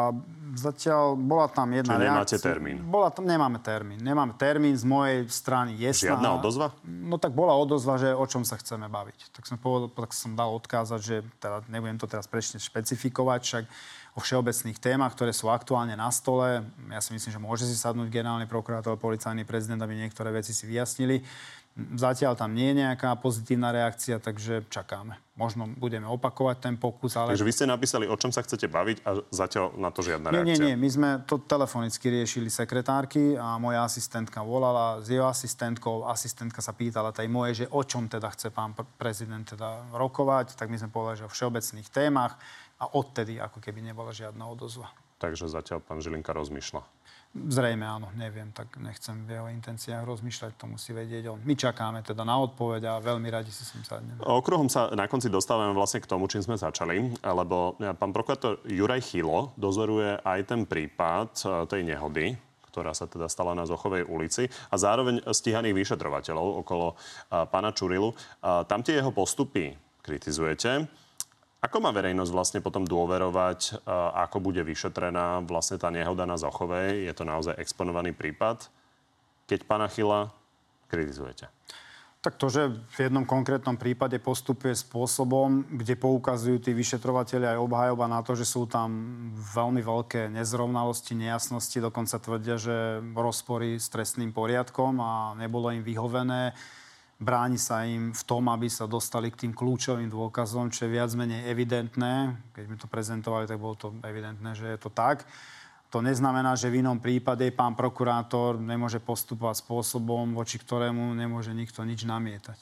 zatiaľ bola tam jedna reakcia. Čiže nemáte termín? Bola tam, nemáme termín. Nemáme termín, z mojej strany je snaha. Žiadna odozva? No tak bola odozva, že o čom sa chceme baviť. Tak som, povedal, tak som dal odkázať, že teda nebudem to teraz presne špecifikovať, však o všeobecných témach, ktoré sú aktuálne na stole. Ja si myslím, že môže si sadnúť generálny prokurátor, policajný prezident, aby niektoré veci si vyjasnili. Zatiaľ tam nie je nejaká pozitívna reakcia, takže čakáme. Možno budeme opakovať ten pokus, ale... Takže vy ste napísali, o čom sa chcete baviť a zatiaľ na to žiadna nie, reakcia. Nie, nie, my sme to telefonicky riešili sekretárky a moja asistentka volala s jeho asistentkou. Asistentka sa pýtala tej mojej, že o čom teda chce pán prezident teda rokovať. Tak my sme povedali, že o všeobecných témach a odtedy ako keby nebola žiadna odozva. Takže zatiaľ pán Žilinka rozmýšľa. Zrejme áno, neviem, tak nechcem v jeho intenciách rozmýšľať, to musí vedieť on. My čakáme teda na odpoveď a veľmi radi si s ním sadneme. Okruhom sa na konci dostávame vlastne k tomu, čím sme začali, lebo pán prokurátor Juraj Chylo dozoruje aj ten prípad tej nehody, ktorá sa teda stala na Zochovej ulici a zároveň stíhaných vyšetrovateľov okolo pána Čurilu. Tam tie jeho postupy kritizujete. Ako má verejnosť vlastne potom dôverovať, ako bude vyšetrená vlastne tá nehoda na Zochovej? Je to naozaj exponovaný prípad, keď pána Chyla kritizujete? Tak to, že v jednom konkrétnom prípade postupuje spôsobom, kde poukazujú tí vyšetrovatelia aj obhajoba na to, že sú tam veľmi veľké nezrovnalosti, nejasnosti, dokonca tvrdia, že rozpory s trestným poriadkom a nebolo im vyhovené. Bráni sa im v tom, aby sa dostali k tým kľúčovým dôkazom, čo je viac menej evidentné. Keď mi to prezentovali, tak bolo to evidentné, že je to tak. To neznamená, že v inom prípade pán prokurátor nemôže postupovať spôsobom, voči ktorému nemôže nikto nič namietať.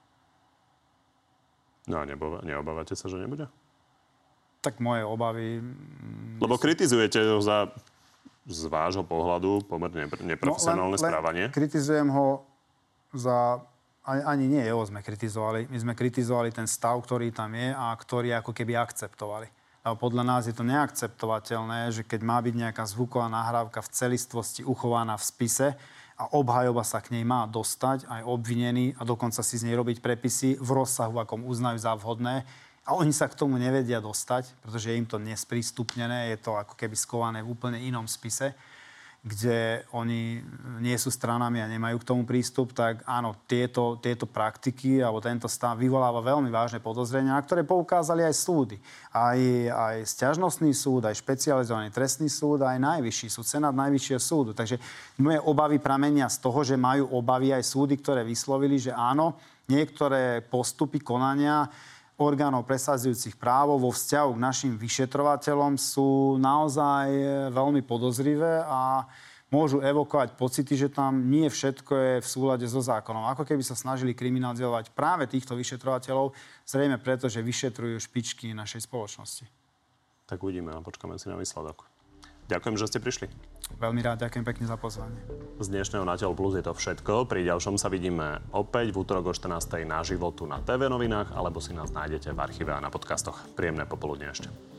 No a nebo, neobávate sa, že nebude? Tak moje obavy... Lebo kritizujete ho za, z vášho pohľadu, pomerne neprofesionálne no, len, správanie. Len kritizujem ho za... Ani nie jeho sme kritizovali. My sme kritizovali ten stav, ktorý tam je a ktorý ako keby akceptovali. A podľa nás je to neakceptovateľné, že keď má byť nejaká zvuková nahrávka v celistvosti uchovaná v spise a obhajoba sa k nej má dostať, aj obvinený a dokonca si z nej robiť prepisy v rozsahu, akom uznajú za vhodné, a oni sa k tomu nevedia dostať, pretože je im to nesprístupnené, je to ako keby skované v úplne inom spise, kde oni nie sú stranami a nemajú k tomu prístup, tak áno, tieto, tieto praktiky alebo tento stav vyvoláva veľmi vážne podozrenia, na ktoré poukázali aj súdy. Aj, aj sťažnostný súd, aj špecializovaný trestný súd, aj najvyšší súd, senát najvyššieho súdu. Takže moje obavy pramenia z toho, že majú obavy aj súdy, ktoré vyslovili, že áno, niektoré postupy konania orgánov presadzujúcich právo vo vzťahu k našim vyšetrovateľom sú naozaj veľmi podozrivé a môžu evokovať pocity, že tam nie všetko je v súlade so zákonom. Ako keby sa snažili kriminalizovať práve týchto vyšetrovateľov, zrejme preto, že vyšetrujú špičky našej spoločnosti. Tak uvidíme a počkáme si na výsledok. Ďakujem, že ste prišli. Veľmi rád, ďakujem pekne za pozvanie. Z dnešného Na telo plus je to všetko. Pri ďalšom sa vidíme opäť v útorok o štrnástej na živo tu na té vé novinách, alebo si nás nájdete v archíve a na podcastoch. Príjemné popoludne ešte.